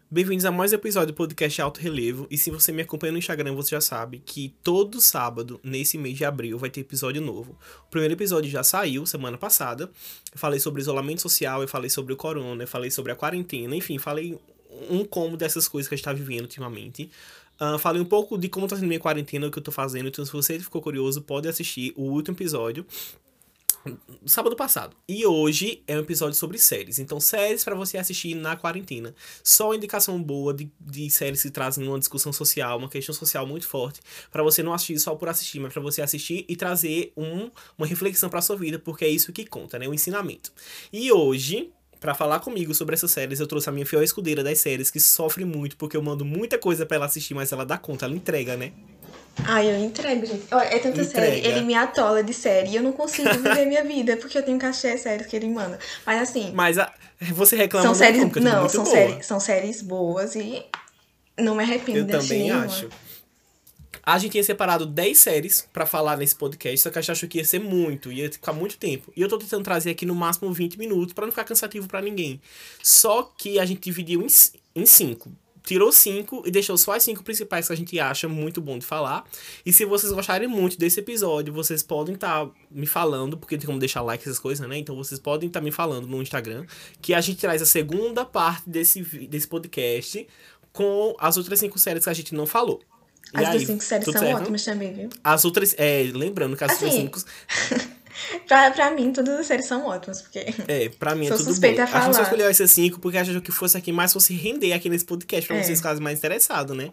Bem-vindos a mais um episódio do podcast Alto Relevo. E se você me acompanha no Instagram, você já sabe que todo sábado, nesse mês de abril, vai ter episódio novo. O primeiro episódio já saiu semana passada. Eu falei sobre isolamento social, eu falei sobre o corona, eu falei sobre a quarentena, enfim, falei um combo dessas coisas que a gente tá vivendo ultimamente. Falei um pouco de como tá sendo minha quarentena, o que eu tô fazendo. Então, se você ficou curioso, pode assistir o último episódio. Sábado passado. E hoje é um episódio sobre séries. Então, séries pra você assistir na quarentena. Só indicação boa de séries que trazem uma discussão social, uma questão social muito forte. Pra você não assistir só por assistir, mas pra você assistir e trazer uma reflexão pra sua vida, porque é isso que conta, né? O ensinamento. E hoje, pra falar comigo sobre essas séries, eu trouxe a minha fiel escudeira das séries, que sofre muito, porque eu mando muita coisa pra ela assistir, mas ela dá conta, ela entrega, né? Ai, eu entrego, gente. Olha, é tanta série, ele Entrega. me atola de série e eu não consigo viver minha vida porque eu tenho que achar as séries que ele manda. Mas assim, Mas você são reclama no tom, séries. porque é tudo Não, muito boa. são séries boas e não me arrependo Eu de assistir também nenhuma. acho. A gente tinha separado 10 séries pra falar nesse podcast, só que a gente achou que ia ser muito, ia ficar muito tempo. E eu tô tentando trazer aqui no máximo 20 minutos pra não ficar cansativo pra ninguém. Só que a gente dividiu em 5. Tirou 5 e deixou só as 5 principais que a gente acha muito bom de falar. E se vocês gostarem muito desse episódio, vocês podem estar me falando, porque tem como deixar like essas coisas, né? Então vocês podem estar me falando no Instagram, que a gente traz a segunda parte desse podcast com as outras 5 séries que a gente não falou. E As das aí, 5 séries tudo são certo? ótimas também, viu? As outras. Lembrando que as outras Assim, 5. pra mim, todas as séries são ótimas, porque Pra mim é sou tudo bom. suspeita a A gente só falar. escolheu essas 5 porque achou que fosse aqui mais fosse render aqui nesse podcast pra vocês É, ficarem mais interessados, né?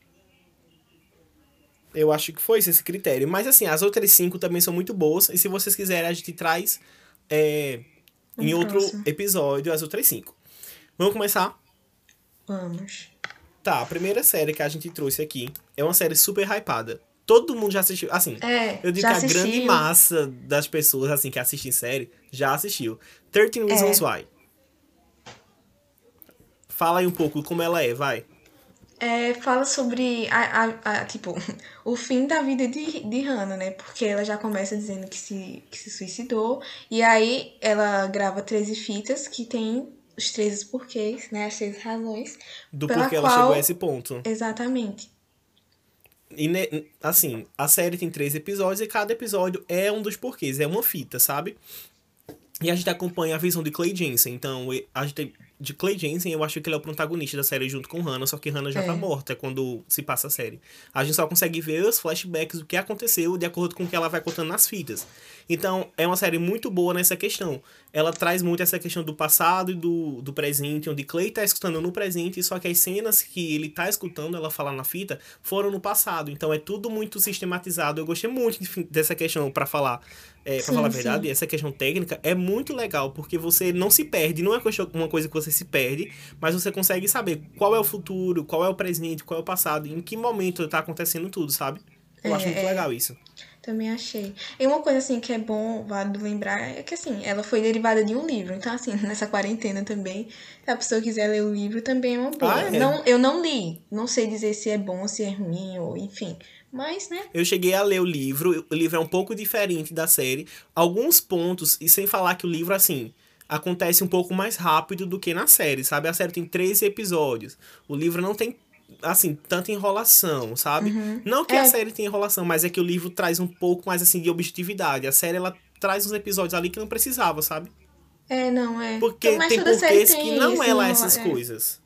Eu acho que foi esse critério. Mas assim, as outras 5 também são muito boas. E se vocês quiserem, a gente traz é, um em outro próximo. episódio as outras 5. Vamos começar? Vamos. Tá, a primeira série que a gente trouxe aqui é uma série super hypada. Todo mundo já assistiu. Assim, É, eu digo já que a grande assistiu. massa das pessoas assim que assistem série já assistiu. 13 Reasons É, Why. Fala aí um pouco como ela é, vai. fala sobre tipo, o fim da vida de Hannah, né? Porque ela já começa dizendo que se suicidou. E aí ela grava 13 fitas que tem os 13 porquês, né? As 13 razões Do pela porquê ela chegou a esse qual. ponto. Exatamente. E, assim, a série tem 3 episódios e cada episódio é um dos porquês, é uma fita, sabe? E a gente acompanha a visão de Clay Jensen. Então, a gente de Clay Jensen, eu acho que ele é o protagonista da série junto com Hannah, só que Hannah já tá É. morta quando se passa a série. A gente só consegue ver os flashbacks do que aconteceu de acordo com o que ela vai contando nas fitas. Então, é uma série muito boa nessa questão. Ela traz muito essa questão do passado e do presente, onde Clay tá escutando no presente, só que as cenas que ele tá escutando ela falar na fita foram no passado. Então, é tudo muito sistematizado. Eu gostei muito enfim, dessa questão para falar. Pra falar a Sim, verdade, sim. essa questão técnica é muito legal, porque você não se perde, não é uma coisa que você se perde, mas você consegue saber qual é o futuro, qual é o presente, qual é o passado, em que momento tá acontecendo tudo, sabe? Eu acho muito É, legal isso. também achei. E uma coisa assim que é bom, válido lembrar, é que assim, ela foi derivada de um livro. Então, assim, nessa quarentena também, se a pessoa quiser ler o livro, também é uma Ah, boa. é. Não, eu não li. Não sei dizer se é bom, se é ruim, ou enfim. Mas, né? Eu cheguei a ler o livro é um pouco diferente da série. Alguns pontos, e sem falar que o livro, assim, acontece um pouco mais rápido do que na série, sabe? A série tem 13 episódios. O livro não tem, assim, tanta enrolação, sabe? Uhum. Não que a É, série tenha enrolação, mas é que o livro traz um pouco mais, assim, de objetividade. A série, ela traz uns episódios ali que não precisava, sabe? não é. Então, Porque mas tem toda série porquês que tem não esse é lá enrola. essas coisas.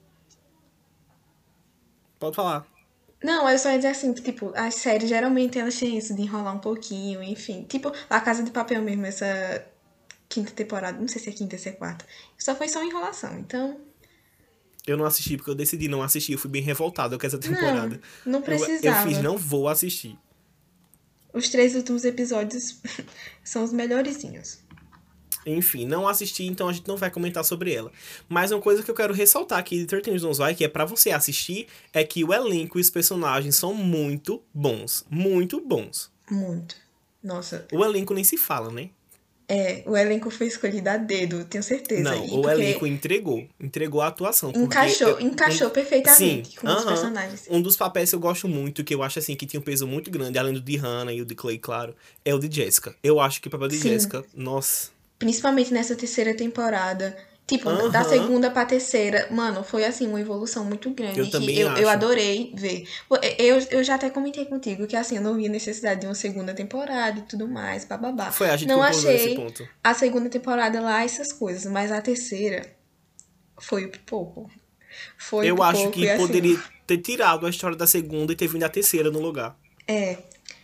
Pode falar. Não, eu só ia dizer assim, que, tipo, as séries geralmente elas têm isso de enrolar um pouquinho, enfim. Tipo, A Casa de Papel mesmo, essa quinta temporada, não sei se é quinta ou se é quarta. Só foi enrolação. Então, Eu não assisti porque eu decidi não assistir. Eu fui bem revoltado com essa não, temporada. não Eu fiz, precisava. não vou assistir. Os 3 últimos episódios são os melhorzinhos. Enfim, não assisti, então a gente não vai comentar sobre ela. Mas uma coisa que eu quero ressaltar aqui de 13 Reasons Why, que é pra você assistir, é que o elenco e os personagens são muito bons. Muito bons. Muito. Nossa, O elenco nem se fala, né? o elenco foi escolhido a dedo, tenho certeza. Não, E o elenco porque entregou. Entregou a atuação. Porque. encaixou Sim, perfeitamente com os aham. personagens. Um dos papéis que eu gosto muito, que eu acho assim que tinha um peso muito grande, além do de Hannah e o de Clay, claro, é o de Jessica. Eu acho que o papel de Sim, Jessica, nossa. principalmente nessa terceira temporada. Tipo, da Aham, segunda pra terceira, mano, foi assim, uma evolução muito eu grande que também eu acho. adorei ver. Eu já até comentei contigo que assim, eu não via necessidade de uma segunda temporada e tudo mais, bababá. Foi, a gente Não concordou nesse achei ponto. a segunda temporada lá essas coisas, mas a terceira foi o pipoco. Foi o Eu acho pipoco que e assim, poderia ter tirado a história da segunda e ter vindo a terceira no lugar. é,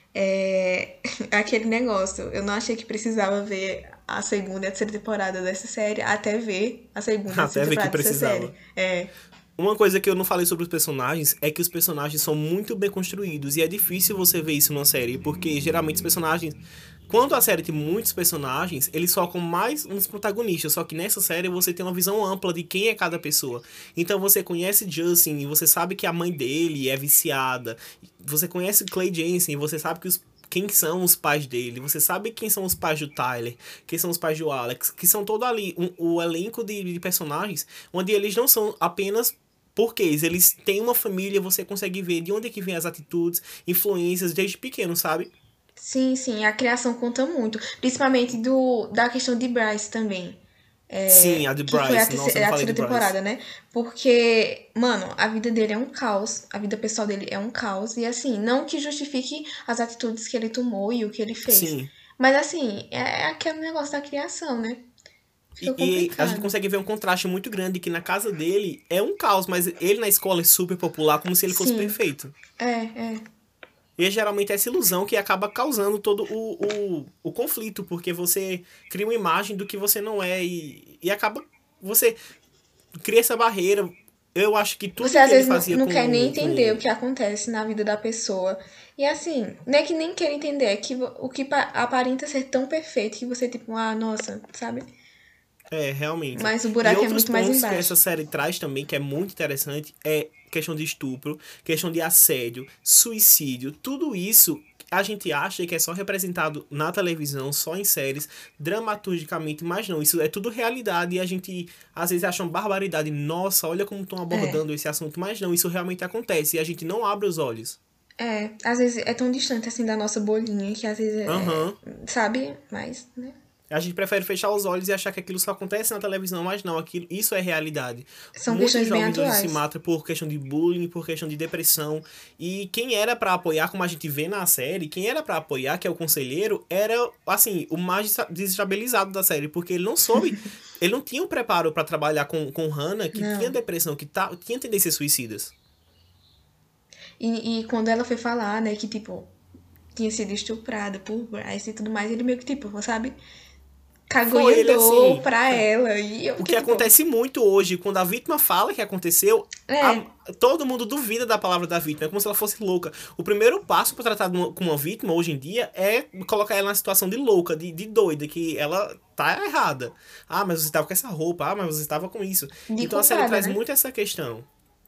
é aquele negócio. Eu não achei que precisava ver a segunda e a terceira temporada dessa série até ver a segunda e a Até terceira ver que temporada dessa série. precisava. É, Uma coisa que eu não falei sobre os personagens é que os personagens são muito bem construídos e é difícil você ver isso numa série, porque geralmente os personagens, quando a série tem muitos personagens, eles focam mais nos protagonistas, só que nessa série você tem uma visão ampla de quem é cada pessoa. Então você conhece Justin e você sabe que a mãe dele é viciada. Você conhece Clay Jensen e você sabe que quem são os pais dele, você sabe quem são os pais do Tyler, quem são os pais do Alex, que são todo ali, o elenco de personagens, onde eles não são apenas porquês, eles têm uma família, você consegue ver de onde é que vem as atitudes, influências desde pequeno, sabe? sim, sim, a criação conta muito. Principalmente da questão de Bryce também. Sim, a de Que foi Bryce. Nossa, eu não a falei de terceira Bryce. temporada, né? Porque, mano, a vida dele é um caos. A vida pessoal dele é um caos. E assim, não que justifique as atitudes que ele tomou e o que ele fez. Sim. Mas assim, é aquele negócio da criação, né? Fica E a gente complicado. consegue ver um contraste muito grande que na casa dele é um caos, mas ele na escola é super popular, como se ele fosse Sim, perfeito. é. E é geralmente essa ilusão que acaba causando todo o conflito, porque você cria uma imagem do que você não é e acaba. Você cria essa barreira. Eu acho que Você tudo que às ele vezes fazia não quer nem entender o com. que acontece na vida da pessoa. E assim, não é que nem quer entender, é que o que aparenta ser tão perfeito que você, tipo, ah, nossa, sabe? É, realmente. Mas o E buraco é outros muito mais pontos que essa embaixo. série traz também, que é muito interessante, é questão de estupro, questão de assédio, suicídio, tudo isso a gente acha que é só representado na televisão, só em séries, dramaturgicamente, mas não, isso é tudo realidade e a gente às vezes acha uma barbaridade. Nossa, olha como estão É, abordando esse assunto, mas não, isso realmente acontece e a gente não abre os olhos. às vezes é tão distante assim da nossa bolinha que às vezes Aham. sabe? Mas, né? A gente prefere fechar os olhos e achar que aquilo só acontece na televisão, mas não, aquilo, isso é realidade. São Muitos questões bem jovens hoje se atuais. matam por questão de bullying, por questão de depressão. E quem era pra apoiar, como a gente vê na série, quem era pra apoiar, que é o conselheiro, era, assim, o mais desestabilizado da série, porque ele não soube, ele não tinha o preparo pra trabalhar com Hannah, que tinha Não. depressão, tinha tendências suicidas. E quando ela foi falar, né, que, tipo, tinha sido estuprada por Bryce e tudo mais, ele meio que, tipo, sabe? Cagou e Foi ele andou assim. pra ela. E eu O fiquei, que tipo, acontece muito hoje, quando a vítima fala que aconteceu, é, todo mundo duvida da palavra da vítima, é como se ela fosse louca. O primeiro passo para tratar com uma vítima hoje em dia é colocar ela na situação de louca, de doida, que ela tá errada. Ah, mas você estava com essa roupa, ah, mas você estava com isso. de Então a série culpada, traz né? muito essa questão.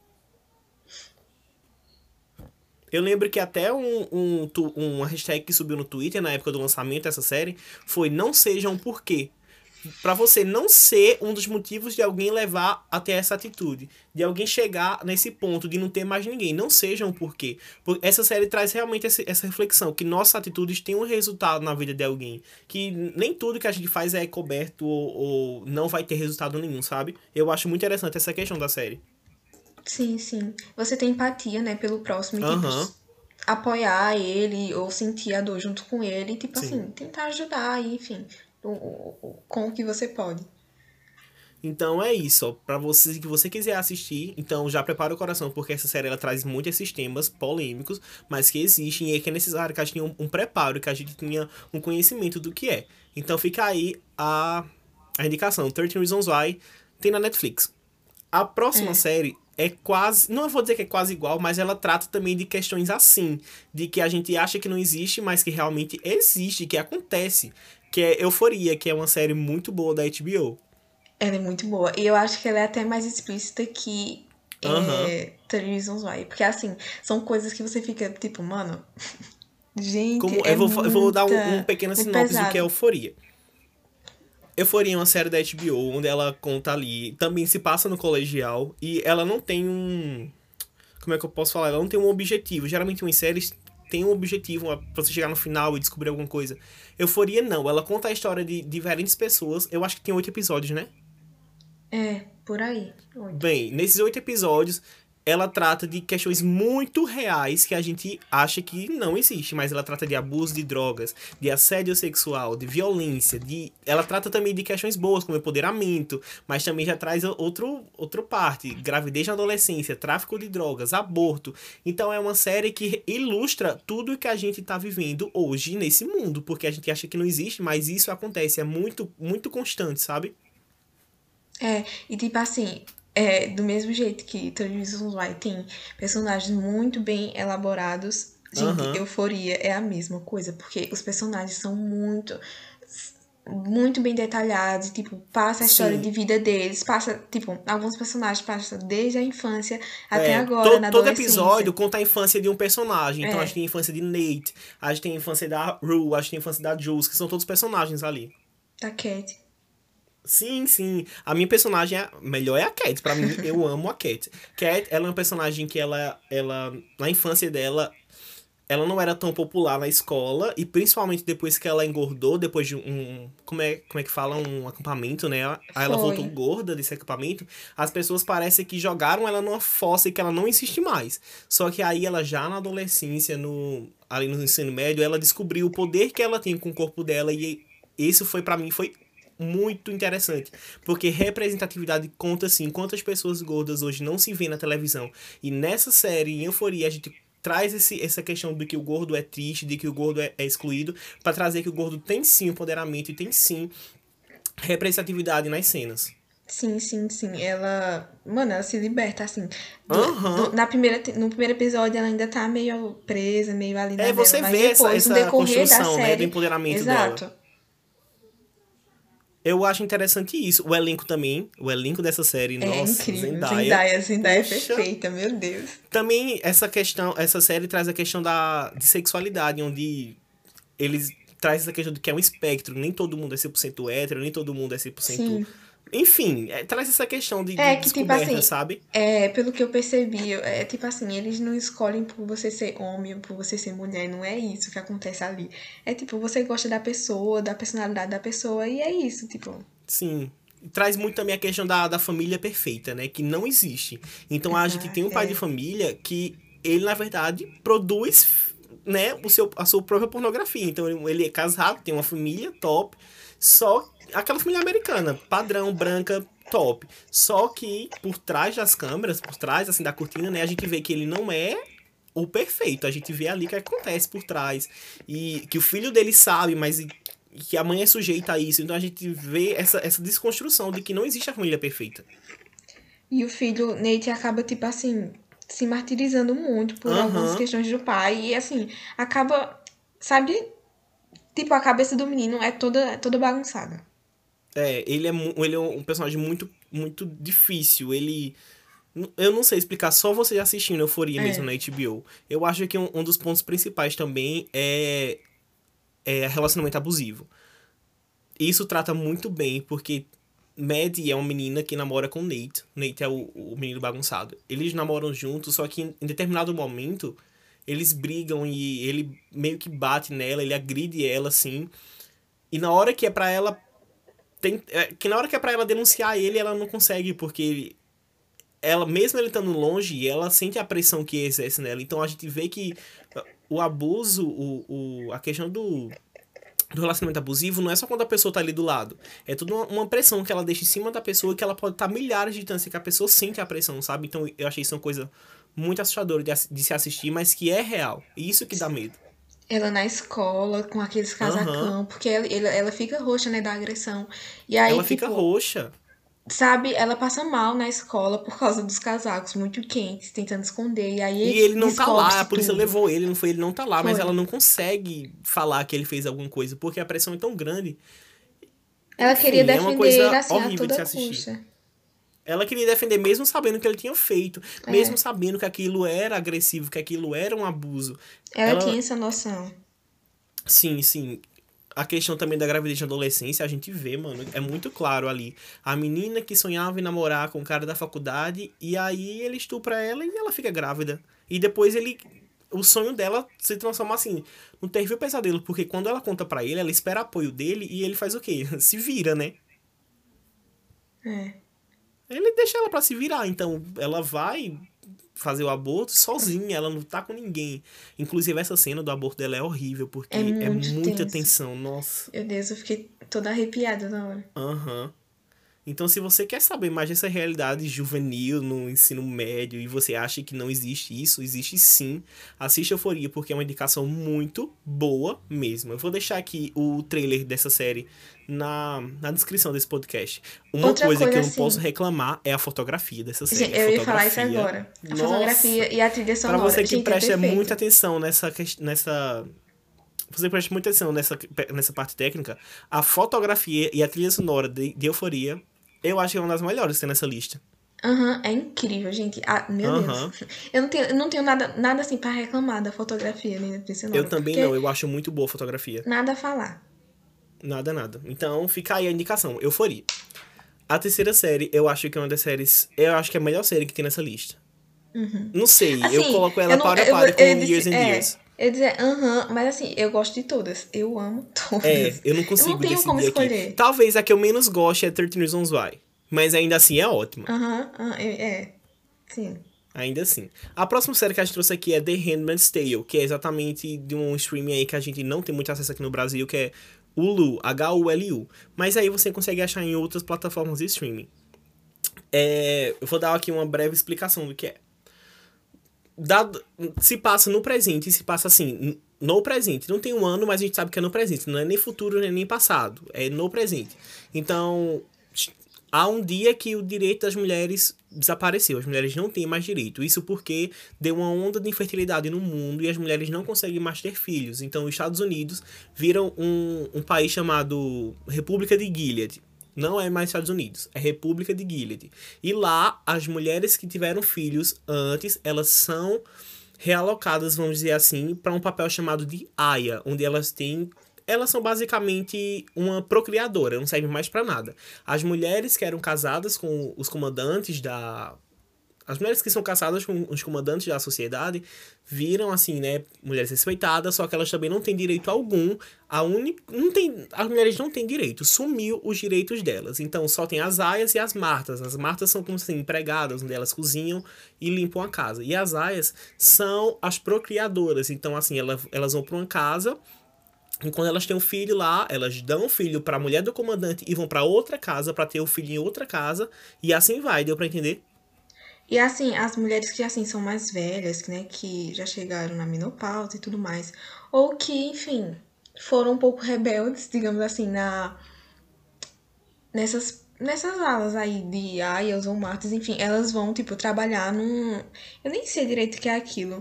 Eu lembro que até uma hashtag que subiu no Twitter na época do lançamento dessa série foi Não Sejam um Porquê. Pra você não ser um dos motivos de alguém levar até essa atitude, de alguém chegar nesse ponto de não ter mais ninguém, não seja um porquê. Essa série traz realmente essa reflexão, que nossas atitudes têm um resultado na vida de alguém, que nem tudo que a gente faz é coberto ou não vai ter resultado nenhum, sabe? Eu acho muito interessante essa questão da série. Sim, sim. Você tem empatia, né, pelo próximo e, tipo, Aham, apoiar ele ou sentir a dor junto com ele, e, tipo sim. assim, tentar ajudar, e, enfim, com o que você pode. Então é isso, ó. Pra você que você quiser assistir, então já prepara o coração, porque essa série ela traz muito esses temas polêmicos, mas que existem e é que é necessário que a gente tenha um preparo, que a gente tenha um conhecimento do que é. Então fica aí a indicação, 13 Reasons Why, tem na Netflix. A próxima É, série é quase, não vou dizer que é quase igual, mas ela trata também de questões assim, de que a gente acha que não existe, mas que realmente existe, que acontece, que é Euforia, que é uma série muito boa da HBO. ela é muito boa. E eu acho que ela é até mais explícita que Aham. 30 Reasons Why. Porque, assim, são coisas que você fica, tipo, mano, gente, Como é eu vou dar um pequeno muito sinopse do que é pesado. Euforia. Euforia é uma série da HBO onde ela conta ali, também se passa no colegial e ela não tem um, como é que eu posso falar? Ela não tem um objetivo. Geralmente umas séries têm um objetivo pra você chegar no final e descobrir alguma coisa. Euforia não, ela conta a história de diferentes pessoas. Eu acho que tem 8 episódios, né? É, por aí. 8. Bem, nesses 8 episódios, ela trata de questões muito reais que a gente acha que não existe, mas ela trata de abuso de drogas, de assédio sexual, de violência, ela trata também de questões boas, como empoderamento, mas também já traz outra parte, gravidez na adolescência, tráfico de drogas, aborto. Então é uma série que ilustra tudo que a gente tá vivendo hoje nesse mundo, porque a gente acha que não existe, mas isso acontece, é muito, muito constante, sabe? E tipo assim, do mesmo jeito que 13 Reasons Why tem personagens muito bem elaborados, gente, Aham. Euforia é a mesma coisa, porque os personagens são muito bem detalhados, tipo, passa a história de Sim. vida deles, passa, tipo, alguns personagens passam desde a infância até agora, na Todo adolescência. episódio conta a infância de um personagem. Então a gente É, tem a infância de Nate, a gente tem a infância da Rue, a gente tem a infância da Jules, que são todos personagens ali. da Cat. Sim, sim. A minha personagem melhor é a Cat. Pra mim, eu amo a Cat. Cat, ela é uma personagem que na infância dela, ela não era tão popular na escola, e principalmente depois que ela engordou, depois de como é que fala? Um acampamento, né? Aí ela voltou Foi. gorda desse acampamento, as pessoas parecem que jogaram ela numa fossa e que ela não existe mais. Só que aí ela já na adolescência, ali no ensino médio, ela descobriu o poder que ela tem com o corpo dela, e isso foi para mim, foi muito interessante, porque representatividade conta assim, quantas pessoas gordas hoje não se vê na televisão. E nessa série, em Euforia, a gente traz essa questão de que o gordo é triste, de que o gordo é excluído, para trazer que o gordo tem sim empoderamento e tem sim representatividade nas cenas. Sim, sim, sim. Mano, ela se liberta, assim. Aham. No primeiro episódio ela ainda tá meio presa, meio ali na É, dela, você mas vê essa, depois, no essa decorrer da construção, né, do série. empoderamento dela. Exato. Eu acho interessante isso. O elenco também, o elenco dessa série, É nossa, incrível. Zendaya. Zendaya é Poxa, perfeita, meu Deus. também essa série traz a questão de sexualidade, onde eles traz essa questão de que é um espectro, nem todo mundo é 100% hétero, nem todo mundo é 100%. Sim. Enfim, traz essa questão de É que, tipo descoberta, assim, sabe? pelo que eu percebi, é tipo assim, eles não escolhem por você ser homem ou por você ser mulher, não é isso que acontece ali. É tipo, você gosta da pessoa, da personalidade da pessoa, e é isso, tipo. Sim. Traz muito também a questão da família perfeita, né? Que não existe. Então a gente Ah, tem um pai de é. família que ele, na verdade, produz, né, a sua própria pornografia. Então ele é casado, tem uma família top, só aquela família americana, padrão, branca, top. Só que por trás das câmeras, por trás assim da cortina, né, a gente vê que ele não é o perfeito. A gente vê ali o que acontece por trás. E que o filho dele sabe, mas que a mãe é sujeita a isso. Então a gente vê essa desconstrução de que não existe a família perfeita. E o filho, Nate, acaba, tipo assim, se martirizando muito por algumas Aham. questões do pai. E assim, acaba, sabe? Tipo, a cabeça do menino é toda bagunçada. Ele é um personagem muito, muito difícil. Eu não sei explicar, só você assistindo Euforia mesmo É. na HBO. Eu acho que um dos pontos principais também é relacionamento abusivo. Isso trata muito bem, porque Maddie é uma menina que namora com Nate. Nate é o menino bagunçado. Eles namoram juntos, só que em determinado momento eles brigam e ele meio que bate nela, ele agride ela assim. E na hora que é pra ela que na hora que é pra ela denunciar ele, ela não consegue, porque ela, mesmo ele estando longe, ela sente a pressão que exerce nela. Então a gente vê que o abuso, a questão do relacionamento abusivo não é só quando a pessoa tá ali do lado. É toda uma pressão que ela deixa em cima da pessoa, que ela pode estar milhares de distância, que a pessoa sente a pressão, sabe? Então eu achei isso uma coisa muito assustadora de se assistir, mas que é real. E isso que dá medo. Ela na escola, com aqueles Aham. casacão, porque ela fica roxa, né, da agressão. E aí, Ela fica tipo, roxa. sabe, ela passa mal na escola por causa dos casacos muito quentes, tentando esconder. E E aí ele não tá lá, a descobre-se polícia tudo. levou ele, não foi ele não tá lá, mas Foi. ela não consegue falar que ele fez alguma coisa, porque a pressão é tão grande. Ela queria Enfim, é uma defender ele coisa assim a horrível de toda se assistir. custa. Ela queria defender mesmo sabendo o que ele tinha feito, mesmo É, sabendo que aquilo era agressivo, que aquilo era um abuso. ela tinha Ela, essa noção. sim, sim. A questão também da gravidez na adolescência, a gente vê, mano, é muito claro ali. A menina que sonhava em namorar com o cara da faculdade, e aí ele estupra ela e ela fica grávida. E depois o sonho dela se transforma assim, num terrível pesadelo, porque quando ela conta pra ele, ela espera apoio dele e ele faz o quê? Se vira, né? É. Ele deixa ela pra se virar, então ela vai fazer o aborto sozinha, ela não tá com ninguém. Inclusive, essa cena do aborto dela é horrível, É porque é muito muita tenso. tensão, nossa. Meu Deus, eu fiquei toda arrepiada na hora. Aham. Então, se você quer saber mais dessa realidade juvenil no ensino médio e você acha que não existe isso, existe sim. Assista Euforia, porque é uma indicação muito boa mesmo. Eu vou deixar aqui o trailer dessa série na descrição desse podcast. Uma Outra coisa que coisa eu não posso assim, reclamar é a fotografia dessa série. gente, A eu ia falar isso fotografia, agora. A nossa! fotografia e a trilha Pra sonora. você que Gente, é presta muita perfeito. atenção nessa você presta muita atenção nessa parte técnica, a fotografia e a trilha sonora de Euforia, eu acho que é uma das melhores que tem nessa lista. Aham, é incrível, gente. Ah, meu Deus. Aham. Eu não tenho nada assim pra reclamar da fotografia nem da trilha Eu sonora, também porque não, eu acho muito boa a fotografia. nada a falar. Nada, nada. Então fica aí a indicação, Euforia. A terceira série, eu acho que é uma das séries. Eu acho que é a melhor série que tem nessa lista. Não sei, eu Assim, coloco eu ela não. pau a Eu, pau eu, com eu Years disse, and Years. eu ia dizer, aham, mas assim, eu gosto de todas. Eu amo É, todas. eu não Eu não consigo tenho como decidir aqui. escolher. Talvez a que eu menos goste é 13 Reasons Why. Mas ainda assim é ótima. Aham, sim. Ainda assim. A próxima série que a gente trouxe aqui é The Handmaid's Tale, que é exatamente de um streaming aí que a gente não tem muito acesso aqui no Brasil, que é Hulu, Hulu. Mas aí você consegue achar em outras plataformas de streaming. Eu vou dar aqui uma breve explicação do que é. Se passa no presente, se passa assim, no presente. Não tem um ano, mas a gente sabe que é no presente. Não é nem futuro, nem passado. É no presente. Então, há um dia que o direito das mulheres desapareceu. As mulheres não têm mais direito. Isso porque deu uma onda de infertilidade no mundo e as mulheres não conseguem mais ter filhos. Então, os Estados Unidos viram um país chamado República de Gilead. Não é mais Estados Unidos, é República de Gilead. E lá, as mulheres que tiveram filhos antes, elas são realocadas, vamos dizer assim, para um papel chamado de aia, onde elas são basicamente uma procriadora, não servem mais para nada. As mulheres que eram casadas com os comandantes as mulheres que são casadas com os comandantes da sociedade viram, assim, né, mulheres respeitadas, só que elas também não têm direito algum. As mulheres não têm direito, sumiu os direitos delas. Então só tem as aias e as martas. As martas são como assim, empregadas, onde elas cozinham e limpam a casa. E as aias são as procriadoras. Então, assim, elas vão para uma casa. E quando elas têm um filho lá, elas dão o filho para a mulher do comandante e vão para outra casa para ter o filho em outra casa. E assim vai, deu para entender? E assim, as mulheres que assim são mais velhas, né, que já chegaram na menopausa e tudo mais, ou que, enfim, foram um pouco rebeldes, digamos assim, nessas alas aí de aias ou martas, enfim, elas vão, tipo, trabalhar num. Eu nem sei direito o que é aquilo.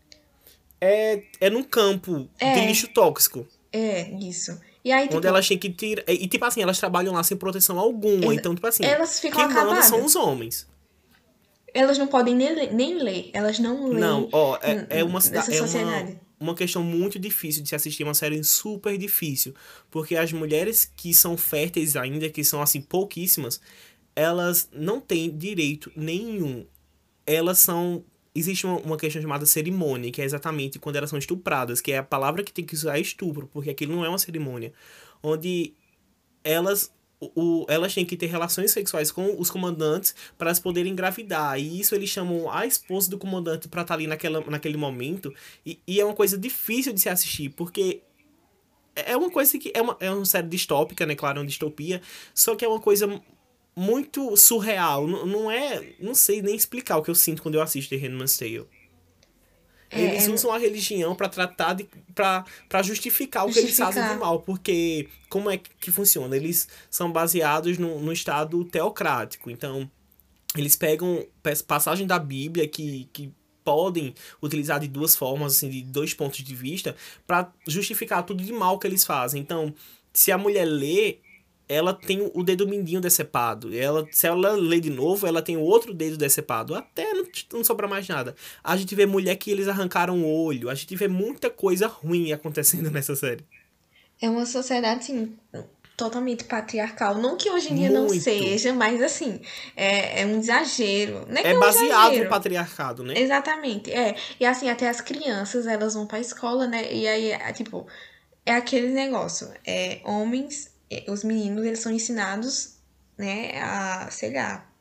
É num campo de É, lixo tóxico. isso. E aí, Onde tipo, elas têm que tirar. E, tipo assim, elas trabalham lá sem proteção alguma. Então, tipo assim, elas ficam quem manda são acabadas. os homens. Elas não podem nem ler. Elas não Não, leem ó, é uma, nessa é sociedade. uma questão muito difícil de se assistir, uma série super difícil. Porque as mulheres que são férteis ainda, que são assim, pouquíssimas, elas não têm direito nenhum. Elas são. Existe uma questão chamada cerimônia, que é exatamente quando elas são estupradas, que é a palavra que tem que usar é estupro, porque aquilo não é uma cerimônia. Onde elas elas têm que ter relações sexuais com os comandantes para elas poderem engravidar. E isso eles chamam a esposa do comandante para estar ali naquele momento. E é uma coisa difícil de se assistir, porque é uma coisa que é uma série distópica, né? Claro, é uma distopia. Só que é uma coisa muito surreal. Não é. Não sei nem explicar o que eu sinto quando eu assisto The Handmaid's Tale. É, Eles é usam a religião para tratar de para justificar o que eles fazem de justificar. mal, porque como é que funciona? Eles são baseados no estado teocrático. Então, eles pegam passagem da Bíblia que podem utilizar de duas formas, assim, de dois pontos de vista, para justificar tudo de mal que eles fazem. Então, se a mulher lê, ela tem o dedo mindinho decepado. Se ela lê de novo, ela tem o outro dedo decepado. Até não sobra mais nada. A gente vê mulher que eles arrancaram o olho. A gente vê muita coisa ruim acontecendo nessa série. É uma sociedade, assim, totalmente patriarcal. Não que hoje em dia não Muito. seja, mas assim, é um exagero. Não é que É é um baseado no exagero. patriarcado, né? Exatamente, é. E assim, até as crianças, elas vão pra escola, né? E aí, tipo, é aquele negócio. Os meninos, eles são ensinados, né, a, sei lá,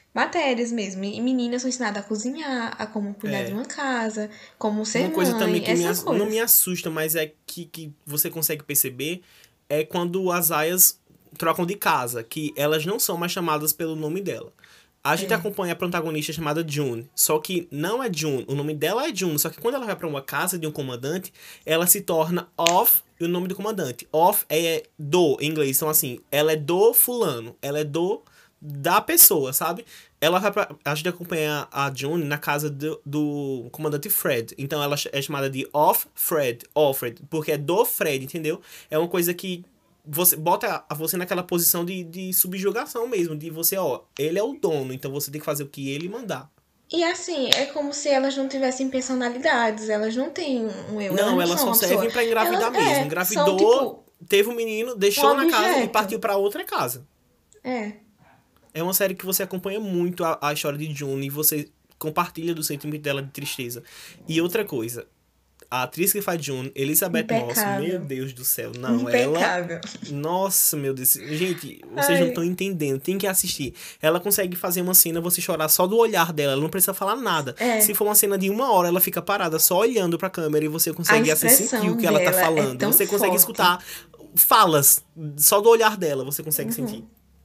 matérias mesmo. E meninas são ensinadas a cozinhar, a como cuidar de É. uma casa, como ser Uma coisa também mãe, que essas não me coisas. assusta, mas é que você consegue perceber, é quando as aias trocam de casa, que elas não são mais chamadas pelo nome dela. A gente É. acompanha a protagonista chamada June, só que não é June, o nome dela é June, só que quando ela vai pra uma casa de um comandante, ela se torna of e o nome do comandante. Of é do em inglês, então assim, ela é do fulano, ela é do da pessoa, sabe? Ela vai pra, a gente acompanha a June na casa do comandante Fred. Então ela é chamada de Off Fred, Alfred, porque é do Fred, entendeu? É uma coisa que você bota você naquela posição de subjugação mesmo, de você, ó, ele é o dono, então você tem que fazer o que ele mandar. E assim, é como se elas não tivessem personalidades, elas não têm um eu, elas Não, não elas são só uma pessoa. servem pra Elas, engravidar mesmo. são Engravidou, tipo teve um menino, um deixou na casa e objeto. partiu pra outra casa. É. É uma série que você acompanha muito a história de June e você compartilha do sentimento dela de tristeza. E outra coisa, a atriz que faz June, Elizabeth Moss, meu Impecável. Deus do céu, não, ela. Impecável. Nossa, meu Deus. Gente, vocês não estão Ai, entendendo, tem que assistir. Ela consegue fazer uma cena, você chorar só do olhar dela, ela não precisa falar nada. Se é. for uma cena de 1 hora, ela fica parada só olhando pra câmera e você A consegue assim sentir o expressão que ela tá dela é falando. tão Você consegue forte. escutar falas só do olhar dela, você consegue sentir.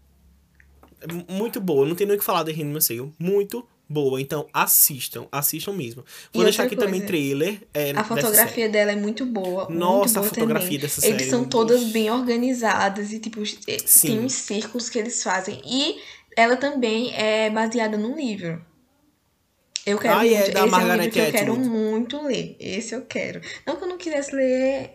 Muito boa, não tem nem o que falar de Handmaid's Tale. Muito boa, então assistam, assistam mesmo. Vou E deixar outra aqui também coisa, trailer a dessa série. fotografia dela é muito Nossa, a boa também. fotografia dessa Eles série. são todas bem organizadas e, tipo, tem Sim. uns círculos que eles fazem. E ela também é baseada num livro. Eu quero Ah, e muito. é da Esse é um livro Margaret que eu quero Atwood. muito ler. Esse eu quero. Não que eu não quisesse ler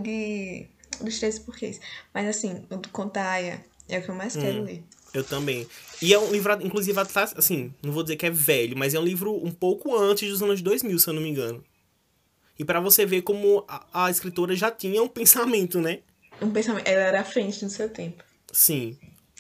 dos 13 porquês. Mas assim, o do Contaia é o que eu mais quero ler. Eu também. E é um livro, inclusive, assim, não vou dizer que é velho, mas é um livro um pouco antes dos anos 2000, se eu não me engano. E pra você ver como a escritora já tinha um pensamento, né? Um pensamento. Ela era à frente do seu tempo. Sim.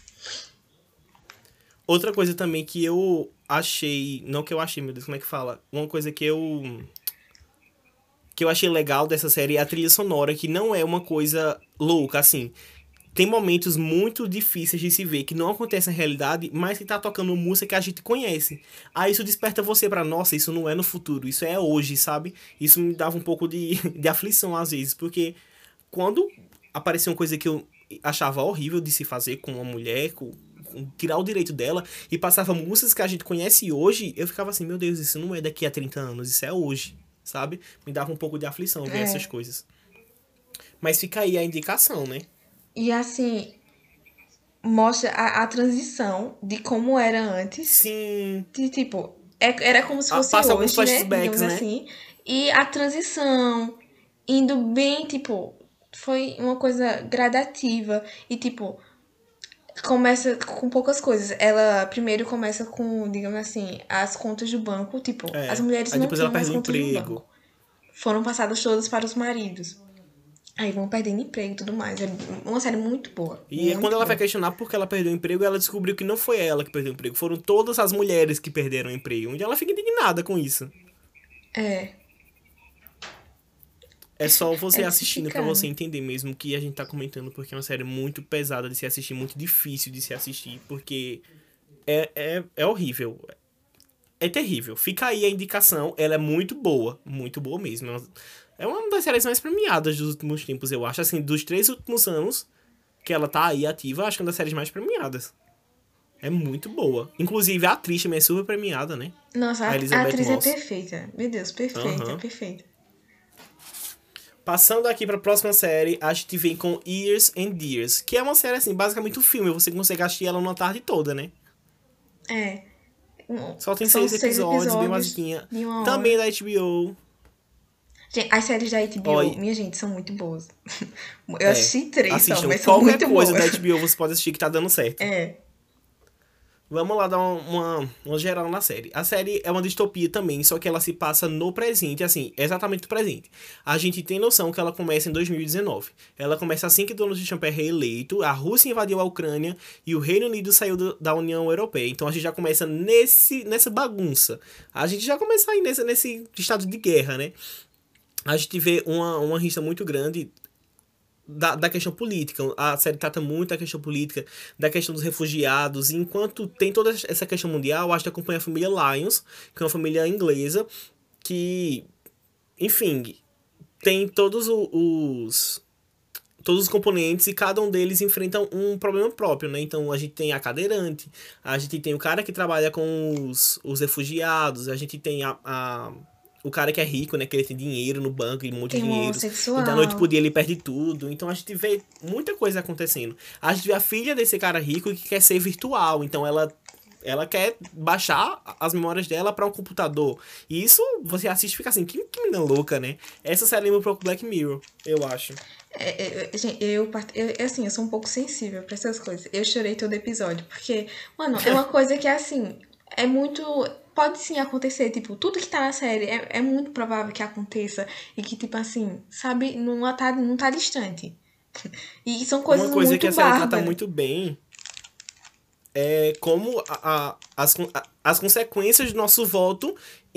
Outra coisa também que eu achei. Não que eu achei, meu Deus, como é que fala? Uma coisa que eu achei legal dessa série é a trilha sonora, que não é uma coisa louca, assim. Tem momentos muito difíceis de se ver, que não acontecem na realidade, mas que tá tocando música que a gente conhece. Aí isso desperta você pra, nossa, isso não é no futuro, isso é hoje, sabe? Isso me dava um pouco de aflição às vezes, porque quando aparecia uma coisa que eu achava horrível de se fazer com uma mulher, com tirar o direito dela, e passava músicas que a gente conhece hoje, eu ficava assim, meu Deus, isso não é daqui a 30 anos, isso é hoje, sabe? Me dava um pouco de aflição ver essas É. coisas. Mas fica aí a indicação, né? E assim, mostra a transição de como era antes. Sim, De tipo, era como se fosse passa alguns hoje, né? flashbacks, Digamos né? assim. E a transição indo bem, tipo, foi uma coisa gradativa. E tipo, começa com poucas coisas. Ela primeiro começa com, digamos assim, as contas do banco. Tipo, as É. mulheres Aí não depois ela tinham mais perde o contas no emprego. banco. Foram passadas todas para os maridos. Aí vão perdendo emprego e tudo mais. É uma série muito boa. E é quando Muito ela vai boa. questionar por que ela perdeu o emprego, ela descobriu que não foi ela que perdeu o emprego, foram todas as mulheres que perderam o emprego. E ela fica indignada com isso. É, É só é você de se assistindo pra ficar, você né? entender mesmo o que a gente tá comentando, porque é uma série muito pesada de se assistir, muito difícil de se assistir, porque é horrível. É terrível. Fica aí a indicação, ela é muito boa mesmo. É uma das séries mais premiadas dos últimos tempos, eu acho. Assim, dos 3 últimos anos que ela tá aí ativa, eu acho que é uma das séries mais premiadas. É muito boa. Inclusive, a atriz também é super premiada, né? Nossa, A a Elizabeth atriz é Moss. perfeita. Meu Deus, perfeita, Aham. perfeita. Passando aqui pra próxima série, a gente vem com Years and Years, que é uma série, assim, basicamente um filme. Você consegue assistir ela numa tarde toda, né? É. Só tem São 6 episódios, bem 6 episódios basiquinha. de uma Também é hora. da HBO. Gente, as séries da Ó, HBO, minha gente, são muito boas. Eu é. assisti três só, Assistam mas são qualquer muito coisa boas. da HBO, você pode assistir que tá dando certo. É. Vamos lá dar uma geral na série. A série é uma distopia também, só que ela se passa no presente, assim, exatamente no presente. A gente tem noção que ela começa em 2019. Ela começa assim que Donald Trump é reeleito, a Rússia invadiu a Ucrânia e o Reino Unido saiu da União Europeia. Então a gente já começa nessa bagunça. A gente já começa aí nesse estado de guerra, né? A gente vê uma rixa muito grande da questão política. A série trata muito da questão política, da questão dos refugiados. E enquanto tem toda essa questão mundial, a gente acompanha a família Lyons, que é uma família inglesa, que, enfim, tem todos os componentes e cada um deles enfrenta um problema próprio, né? Então a gente tem a cadeirante, a gente tem o cara que trabalha com os refugiados, a gente tem o cara que é rico, né? Que ele tem dinheiro no banco e um monte de Tem um dinheiro. homossexual. E da noite pro dia ele perde tudo. Então a gente vê muita coisa acontecendo. A gente vê a filha desse cara rico que quer ser virtual. Então ela quer baixar as memórias dela para um computador. E isso você assiste e fica assim, que menina louca, né? Essa série lembra um pouco Black Mirror, eu acho. Gente, assim, eu sou um pouco sensível pra essas coisas. Eu chorei todo episódio, porque, mano, é uma coisa que, assim, é muito. Pode sim acontecer, tipo, tudo que tá na série é muito provável que aconteça e que, tipo, assim, sabe, não tá distante. E são coisas Uma coisa que muito a série trata bárbaras. muito bem é como as consequências do nosso voto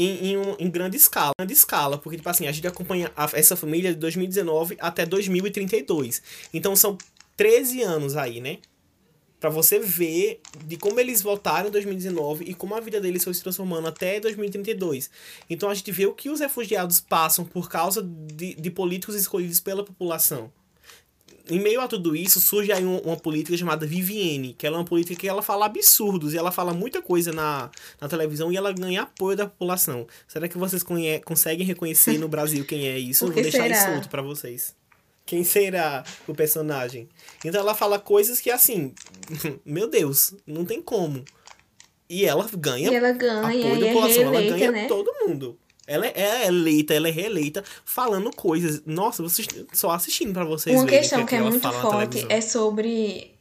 em grande escala. Grande escala, porque, tipo assim, a gente acompanha essa família de 2019 até 2032. Então são 13 anos aí, né? Pra você ver de como eles votaram em 2019 e como a vida deles foi se transformando até 2032. Então a gente vê o que os refugiados passam por causa de políticos escolhidos pela população. Em meio a tudo isso, surge aí uma política chamada Vivienne, que ela é uma política que ela fala absurdos, e ela fala muita coisa na televisão e ela ganha apoio da população. Será que vocês conseguem reconhecer no Brasil quem é isso? Por Eu que vou deixar isso será? solto pra vocês. Quem será o personagem? Então ela fala coisas que, assim, meu Deus, não tem como. E ela E ganha ela ganha apoio e da é população, ela reeleita, ganha né? todo mundo. Ela é eleita, ela é reeleita, falando coisas. Nossa, vocês só assistindo pra vocês Uma verem o questão que que é ela muito fala na forte televisão. é sobre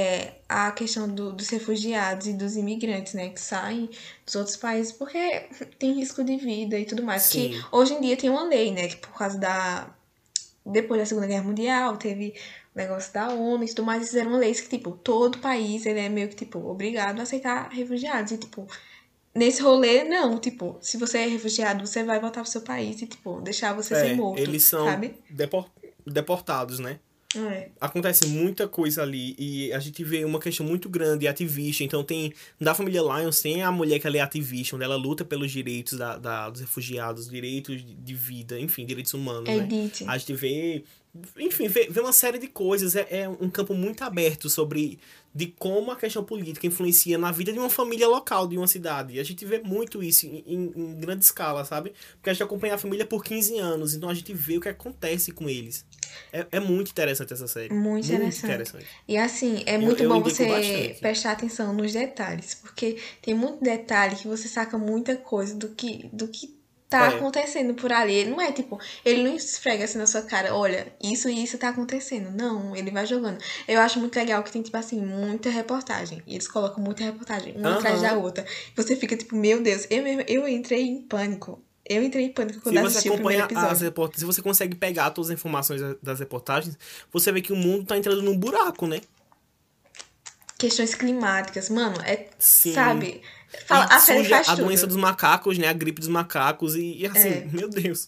a questão dos refugiados e dos imigrantes, né, que saem dos outros países porque tem risco de vida e tudo mais. Que Sim. hoje em dia tem uma lei, né, que por causa depois da Segunda Guerra Mundial, teve o negócio da ONU e tudo mais, eles fizeram uma lei que, tipo, todo país, ele é meio que, tipo, obrigado a aceitar refugiados. E, tipo, nesse rolê, não, tipo, se você é refugiado, você vai voltar pro seu país e, tipo, deixar você ser morto, Eles são sabe? deportados, né? É. Acontece muita coisa ali e a gente vê uma questão muito grande, ativista. Então tem, da família Lyons, tem a mulher que ela é ativista, onde ela luta pelos direitos dos refugiados, direitos de vida, enfim, direitos humanos, É né? Edith. A gente vê, enfim, vê uma série de coisas. É um campo muito aberto sobre de como a questão política influencia na vida de uma família local, de uma cidade. E a gente vê muito isso em grande escala, sabe? Porque a gente acompanha a família por 15 anos, então a gente vê o que acontece com eles. É muito interessante essa série. Muito Muito interessante. interessante. E assim, é Eu, muito eu bom indico você bastante. prestar atenção nos detalhes, porque tem muito detalhe que você saca muita coisa do que tá É. acontecendo por ali. Não é tipo, ele não esfrega assim na sua cara, olha, isso e isso tá acontecendo. Não, ele vai jogando. Eu acho muito legal que tem, tipo assim, muita reportagem. E eles colocam muita reportagem, uma atrás da Aham. outra. Você fica tipo, meu Deus, eu entrei em pânico. Eu entrei em pânico quando Se você assisti o primeiro acompanha as episódio. reportagens, se você consegue pegar todas as informações das reportagens, você vê que o mundo tá entrando num buraco, né? Questões climáticas, mano, Sim. sabe? E A série surge faz a doença tudo. dos macacos, né? A gripe dos macacos. E assim, É. meu Deus.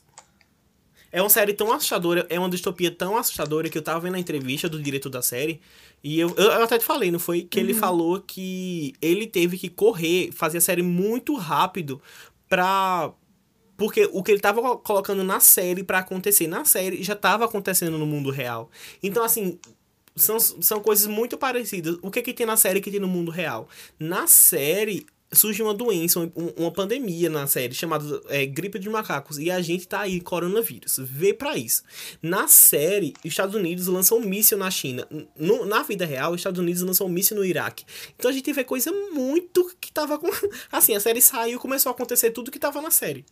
É uma série tão assustadora, é uma distopia tão assustadora que eu tava vendo a entrevista do diretor da série. E eu até te falei, não foi? Que ele falou que ele teve que correr, fazer a série muito rápido pra. Porque o que ele tava colocando na série pra acontecer na série já tava acontecendo no mundo real. Então, assim, são coisas muito parecidas. O que tem na série que tem no mundo real? Na série surge uma doença, uma pandemia na série chamada gripe de macacos e a gente tá aí, coronavírus. Vê pra isso. Na série, os Estados Unidos lançam um míssil na China. Na vida real, os Estados Unidos lançam um míssil no Iraque. Então a gente vê coisa muito que tava com... Assim, a série saiu e começou a acontecer tudo que tava na série.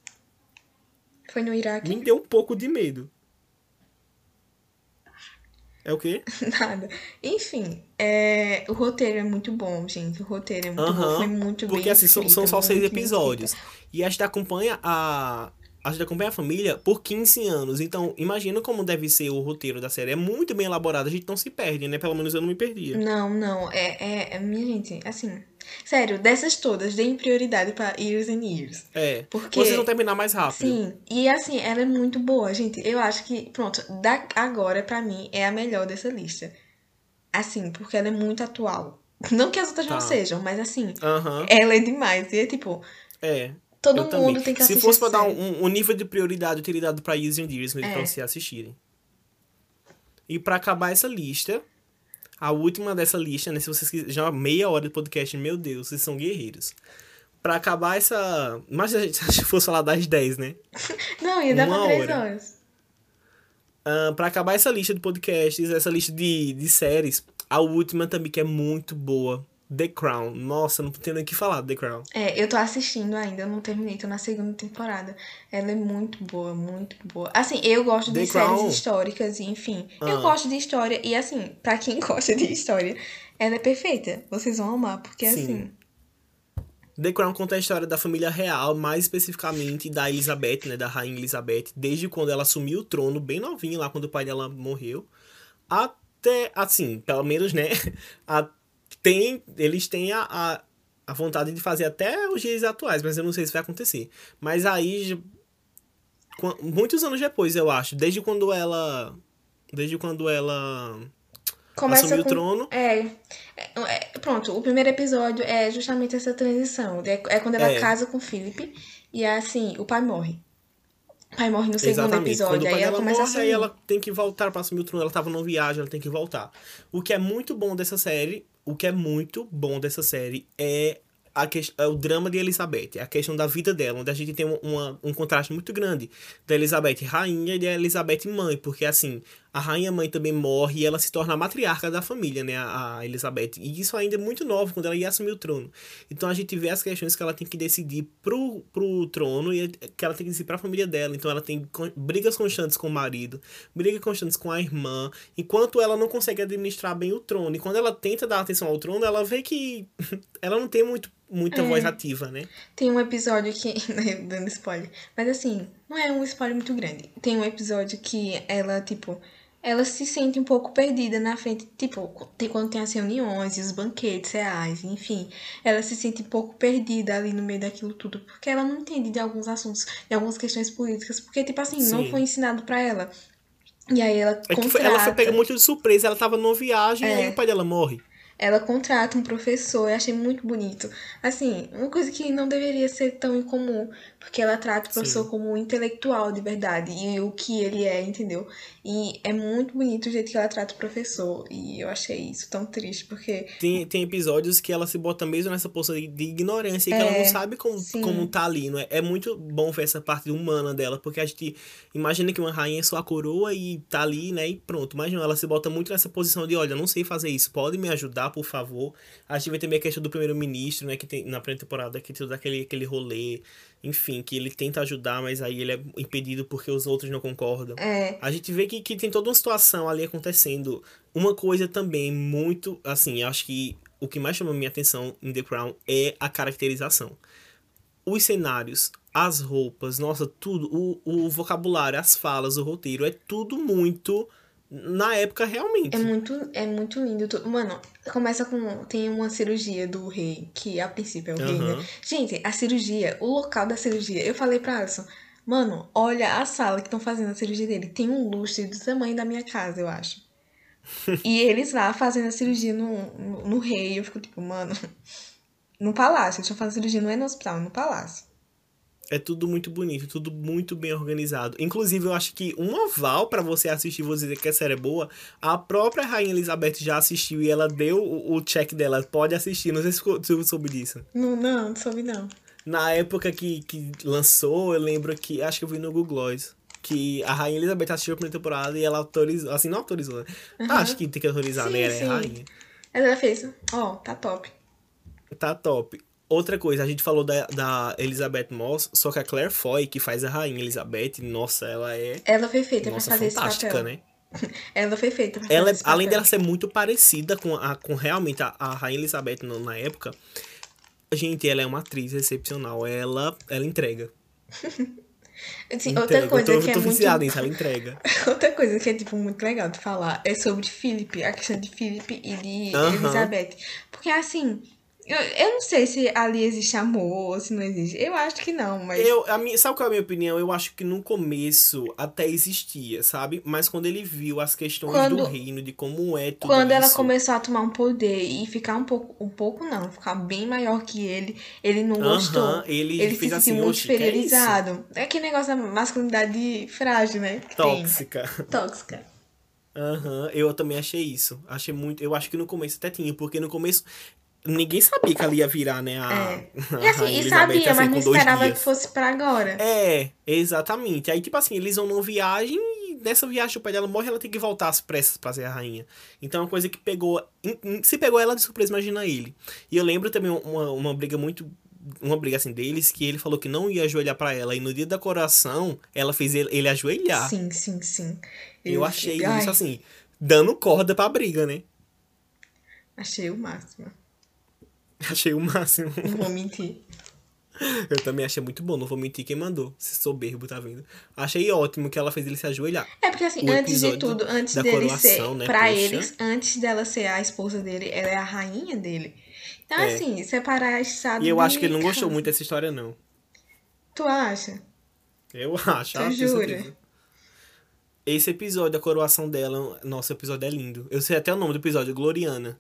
Foi no Iraque? Me deu um pouco de medo. É o quê? Nada. Enfim, o roteiro é muito bom, gente. O roteiro é muito bom. Foi Aham. muito Porque bem assim, são escrita, só 6 muito bem escrita. episódios. E a gente acompanha a gente acompanha a família por 15 anos. Então, imagina como deve ser o roteiro da série. É muito bem elaborado, a gente não se perde, né? Pelo menos eu não me perdia. Não, não. Minha gente, assim, Sério, dessas todas, deem prioridade pra Years and Years. É. Vocês vão Porque, terminar mais rápido. sim, e assim, ela é muito boa, gente. Eu acho que, pronto, agora, pra mim, é a melhor dessa lista. Assim, porque ela é muito atual. Não que as outras não Tá. sejam, mas assim, Aham. ela é demais. E é tipo, É. Eu todo também. mundo tem que Se assistir fosse essa pra dar série. um nível de prioridade, eu teria dado pra Years and Years mesmo pra É. vocês assistirem. E pra acabar essa lista, a última dessa lista, né? Se vocês já meia hora de podcast, meu Deus, vocês são guerreiros. Pra acabar essa. Mas a gente se fosse falar das 10, né? Não, ia dar pra Uma 3 hora. horas. Pra acabar essa lista de podcasts, essa lista de séries, a última também que é muito boa. The Crown. Nossa, não tenho nem o que falar de The Crown. É, eu tô assistindo ainda, eu não terminei, tô na segunda temporada. Ela é muito boa, muito boa. Assim, eu gosto de The séries Crown. históricas, e enfim. Eu Ah, gosto de história, e assim, pra quem gosta de história, ela é perfeita. Vocês vão amar, porque sim. assim. The Crown conta a história da família real, mais especificamente da Elizabeth, né? Da rainha Elizabeth, desde quando ela assumiu o trono, bem novinha, lá quando o pai dela morreu. Até, assim, pelo menos, né? A, eles têm a vontade de fazer até os dias atuais, mas eu não sei se vai acontecer. Mas aí, muitos anos depois, eu acho, desde quando ela Começa assumiu o com. trono, Pronto, o primeiro episódio é justamente essa transição. É quando ela é, casa com o Philip, e assim, o pai morre. O pai morre no segundo exatamente. Quando o episódio, aí pai ela dela começa a morre, aí assumir. ela tem que voltar para assumir o trono. Ela tava numa viagem, ela tem que voltar. O que é muito bom dessa série, o que é muito bom dessa série é é o drama de Elizabeth, é a questão da vida dela, onde a gente tem um contraste muito grande da Elizabeth rainha e da Elizabeth mãe, porque assim, a rainha mãe também morre e ela se torna a matriarca da família, né, a Elizabeth. E isso ainda é muito novo, quando ela ia assumir o trono. Então a gente vê as questões que ela tem que decidir pro trono e que ela tem que decidir pra família dela. Então ela tem brigas constantes com o marido, brigas constantes com a irmã, enquanto ela não consegue administrar bem o trono. E quando ela tenta dar atenção ao trono, ela vê que ela não tem muita voz É, ativa, né? tem um episódio que. Dando spoiler. Mas assim, não é um spoiler muito grande. Tem um episódio que ela, tipo. Ela se sente um pouco perdida na frente. Tipo, quando tem as reuniões e os banquetes reais, enfim. Ela se sente um pouco perdida ali no meio daquilo tudo. Porque ela não entende de alguns assuntos, de algumas questões políticas. Porque, tipo assim, não foi Sim. ensinado pra ela. E aí ela É que ela foi pega contrata. muito de surpresa, ela tava numa viagem e aí o É, pai dela morre. ela contrata um professor, eu achei muito bonito. Assim, uma coisa que não deveria ser tão incomum, porque ela trata o professor Sim. como um intelectual de verdade, e o que ele é, entendeu? E é muito bonito o jeito que ela trata o professor, e eu achei isso tão triste, porque Tem episódios que ela se bota mesmo nessa poça de ignorância e que ela não é, sabe como sim, tá ali, não é? É muito bom ver essa parte humana dela, porque a gente imagina que uma rainha é só a coroa e tá ali, né? E pronto. Mas não, ela se bota muito nessa posição de, olha, eu não sei fazer isso, pode me ajudar, por favor. A gente vai também a questão do primeiro-ministro, né? Que tem na primeira temporada, que tem todo aquele rolê, enfim, que ele tenta ajudar, mas aí ele é impedido porque os outros não concordam. é, A gente vê que tem toda uma situação ali acontecendo. Uma coisa também muito, assim, eu acho que o que mais chama a minha atenção em The Crown é a caracterização. Os cenários, as roupas, nossa, tudo, o vocabulário, as falas, o roteiro, é tudo muito na época realmente. é muito lindo. Mano, começa com. Tem uma cirurgia do rei, que a princípio é o rei, né? Aham. Gente, a cirurgia, o local da cirurgia, eu falei pra Alisson, mano, olha a sala que estão fazendo a cirurgia dele. Tem um lustre do tamanho da minha casa, eu acho. E eles lá fazendo a cirurgia no rei, eu fico tipo, mano, no palácio. Eles estão fazendo cirurgia não é no hospital, é no palácio. É tudo muito bonito, tudo muito bem organizado. Inclusive, eu acho que um aval pra você assistir e você dizer que a série é boa, a própria Rainha Elizabeth já assistiu e ela deu o check dela. Pode assistir, não sei se você soube disso. Não, não soube não. Na época que lançou, eu lembro que, acho que eu vi no Google Gloss, que a Rainha Elizabeth assistiu a primeira temporada e ela autorizou, assim, não autorizou, né? Acho Aham. que tem que autorizar, né? Sim, Ela é sim. rainha. Ela fez, ó, tá top. Tá top. Outra coisa, a gente falou da Elizabeth Moss, só que a Claire Foy, que faz a Rainha Elizabeth, nossa, ela é, Ela foi feita pra nossa, fazer esse fantástica, papel. né? Ela foi feita pra Ela, fazer esse além papel. dela ser muito parecida com realmente a Rainha Elizabeth na época, gente, ela é uma atriz excepcional. Ela entrega. Assim, outra Entrega. Eu tô, coisa eu que é tô muito. viciado nisso, ela entrega. Outra coisa que é, tipo, muito legal de falar é sobre Philip, a questão de Philip e de Aham, Elizabeth. Porque, assim, Eu não sei se ali existe amor ou se não existe. Eu acho que não, mas Sabe qual é a minha opinião? Eu acho que no começo até existia, sabe? Mas quando ele viu as questões do quando, reino, de como é tudo quando ela isso. começou a tomar um poder e ficar um pouco não, ficar bem maior que ele não Aham, gostou. ele Ele se fez sentiu assim, muito oxi, que é isso? inferiorizado. É aquele negócio da masculinidade frágil, né? Que tem. Tóxica. Tóxica. Aham, eu também achei isso. Achei muito. Eu acho que no começo até tinha, porque no começo ninguém sabia que ela ia virar, né, É. E a assim, Rainha e Elizabeth, sabia, assim, mas não com 2 esperava que dias. fosse pra agora. É, exatamente. Aí, tipo assim, eles vão numa viagem e nessa viagem o pai dela morre, ela tem que voltar às pressas pra ser a rainha. Então é uma coisa que pegou. Se pegou ela de surpresa, imagina ele. E eu lembro também uma briga muito. Uma briga assim deles, que ele falou que não ia ajoelhar pra ela. E no dia da coroação, ela fez ele ajoelhar. Sim, sim, sim. Eu Eu achei fiquei. isso Ai, assim, dando corda pra briga, né? achei o máximo. Achei o máximo. Não vou mentir. Eu também achei muito bom, não vou mentir quem mandou. Esse soberbo tá vendo. Achei ótimo que ela fez ele se ajoelhar. É porque assim, O antes de episódio tudo, antes da dele coroação, ser, né? pra Poxa. eles, antes dela ser a esposa dele, ela é a rainha dele. Então, É. assim, separar E estado eu acho que ele de não gostou muito casa. dessa história, não. Tu acha? Eu acho, Tu tenho jura? certeza. Esse episódio da coroação dela, nosso episódio é lindo. Eu sei até o nome do episódio, Gloriana.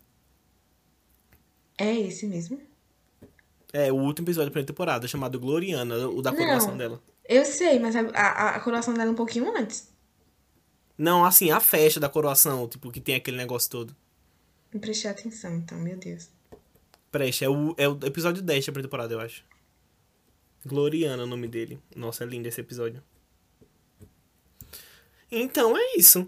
É esse mesmo? É, o último episódio da primeira temporada, chamado Gloriana, o da coroação Não, dela. eu sei, mas a coroação dela é um pouquinho antes. Não, assim, a festa da coroação, tipo, que tem aquele negócio todo. Não prestei atenção, então, meu Deus. Preste, é o episódio 10 da primeira temporada, eu acho. Gloriana é o nome dele. Nossa, é lindo esse episódio. Então é isso.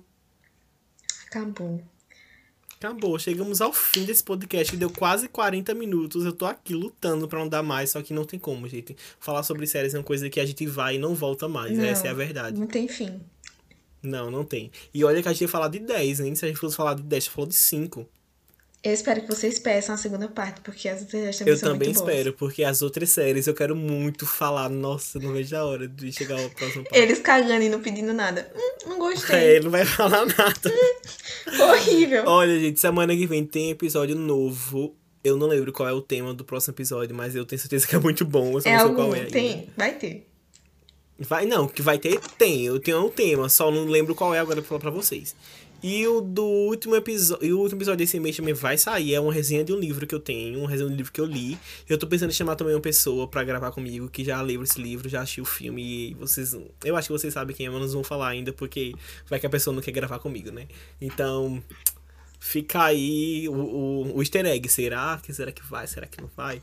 Acabou. Acabou. Chegamos ao fim desse podcast que deu quase 40 minutos. Eu tô aqui lutando pra não dar mais, só que não tem como, gente. Falar sobre séries é uma coisa que a gente vai e não volta mais. Essa é a Não, verdade. não tem fim. Não, não tem. E olha que a gente ia falar de 10, hein? Se a gente fosse falar de 10, a gente falou de 5. Eu espero que vocês peçam a segunda parte, porque as outras também Eu são muito também boas. espero, porque as outras séries eu quero muito falar. Nossa, eu não vejo a hora de chegar ao próximo parte. Eles cagando e não pedindo nada. Não É, gostei. ele não vai falar nada. Horrível. Olha, gente, semana que vem tem episódio novo. Eu não lembro qual é o tema do próximo episódio, mas eu tenho certeza que é muito bom. Eu só É não sei qual é algum? ainda. Tem? Vai ter. Vai, não, que vai ter, tem. Eu tenho um tema, só não lembro qual é agora pra falar pra vocês. E o do último episódio, e o último episódio desse mês também vai sair. É uma resenha de um livro que eu tenho, uma resenha de um livro que eu li. Eu tô pensando em chamar também uma pessoa pra gravar comigo que já leu esse livro, já assistiu o filme. E vocês. Eu acho que vocês sabem quem é, mas não vão falar ainda, porque vai que a pessoa não quer gravar comigo, né? Então, fica aí o easter egg. Será que vai? Será que não vai?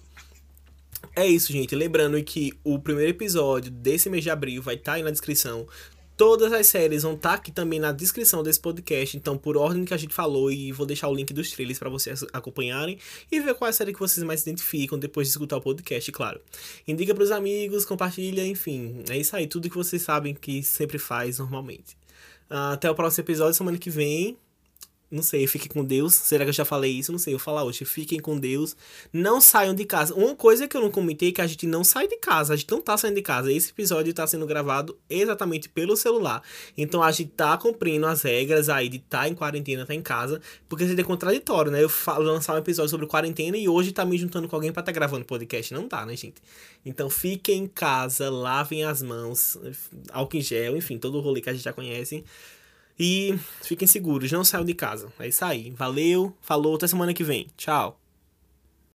É isso, gente. Lembrando que o primeiro episódio desse mês de abril vai estar aí na descrição. Todas as séries vão estar aqui também na descrição desse podcast. Então, por ordem que a gente falou, e vou deixar o link dos trailers para vocês acompanharem e ver qual é a série que vocês mais se identificam depois de escutar o podcast, claro. Indica pros amigos, compartilha, enfim. É isso aí, tudo que vocês sabem que sempre faz normalmente. Até o próximo episódio, semana que vem. Não sei, fiquem com Deus. Será que eu já falei isso? Não sei, eu vou falar hoje. Fiquem com Deus. Não saiam de casa. Uma coisa que eu não comentei é que a gente não sai de casa. A gente não tá saindo de casa. Esse episódio tá sendo gravado exatamente pelo celular. Então a gente tá cumprindo as regras aí de tá em quarentena, tá em casa. Porque seria contraditório, né? Eu lançar um episódio sobre quarentena e hoje tá me juntando com alguém pra tá gravando podcast. Não tá, né, gente? Então fiquem em casa, lavem as mãos, álcool em gel, enfim, todo o rolê que a gente já conhece. E fiquem seguros, não saiam de casa. É isso aí. Valeu, falou, até semana que vem. Tchau.